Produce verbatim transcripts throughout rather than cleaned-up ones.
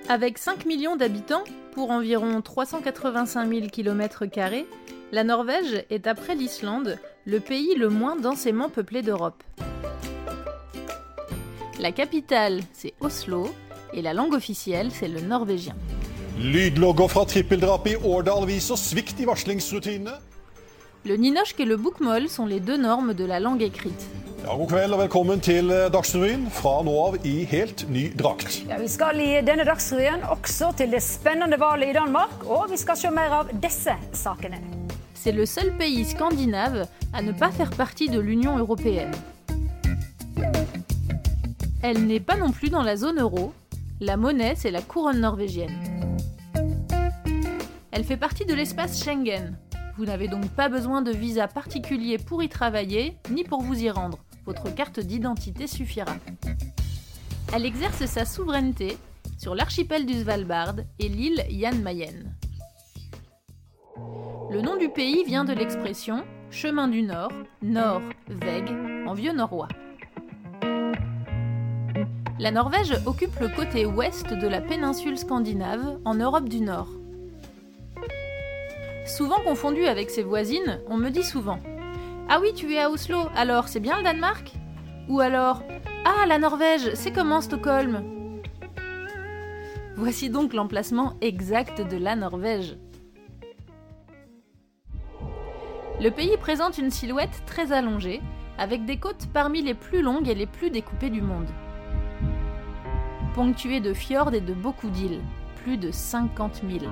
Avec cinq millions d'habitants, pour environ trois cent quatre-vingt-cinq mille kilomètres carrés, la Norvège est, après l'Islande, le pays le moins densément peuplé d'Europe. La capitale, c'est Oslo, et la langue officielle, c'est le norvégien. Lydlogger fra trippeldrap i Årdal viser svikt i varslingsrutinene. Le nynorsk et le bokmål sont les deux normes de la langue écrite. Ja, god kveld og velkommen til Dagsrevyen, fra nå av i helt ny drakt. Ja, vi skal i denne Dagsrevyen også til det spennende valget i Danmark, og vi skal se mer av disse sakene. C'est le seul pays scandinave à ne pas faire partie de l'Union européenne. Elle n'est pas non plus dans la zone euro. La monnaie, c'est la couronne norvégienne. Elle fait partie de l'espace Schengen. Vous n'avez donc pas besoin de visa particulier pour y travailler, ni pour vous y rendre. Votre carte d'identité suffira. Elle exerce sa souveraineté sur l'archipel du Svalbard et l'île Jan Mayen. Le nom du pays vient de l'expression « chemin du Nord », Nord, Veg, en vieux norrois. La Norvège occupe le côté ouest de la péninsule scandinave, en Europe du Nord. Souvent confondue avec ses voisines, on me dit souvent « Ah oui, tu es à Oslo, alors c'est bien le Danemark ?» Ou alors « Ah, la Norvège, c'est comment Stockholm ?» Voici donc l'emplacement exact de la Norvège. Le pays présente une silhouette très allongée, avec des côtes parmi les plus longues et les plus découpées du monde. Ponctuée de fjords et de beaucoup d'îles, plus de cinquante mille.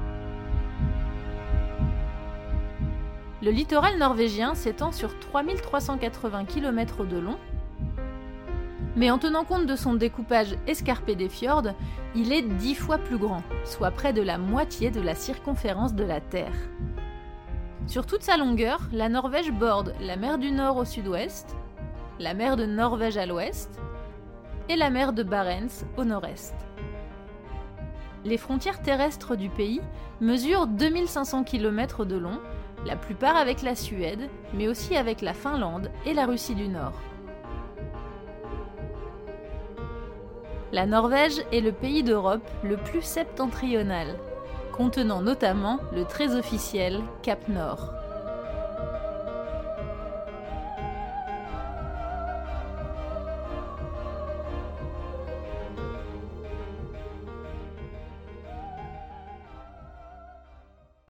Le littoral norvégien s'étend sur trois mille trois cent quatre-vingts kilomètres de long, mais en tenant compte de son découpage escarpé des fjords, il est dix fois plus grand, soit près de la moitié de la circonférence de la Terre. Sur toute sa longueur, la Norvège borde la mer du Nord au sud-ouest, la mer de Norvège à l'ouest et la mer de Barents au nord-est. Les frontières terrestres du pays mesurent deux mille cinq cents kilomètres de long, la plupart avec la Suède, mais aussi avec la Finlande et la Russie du Nord. La Norvège est le pays d'Europe le plus septentrional, contenant notamment le très officiel Cap Nord.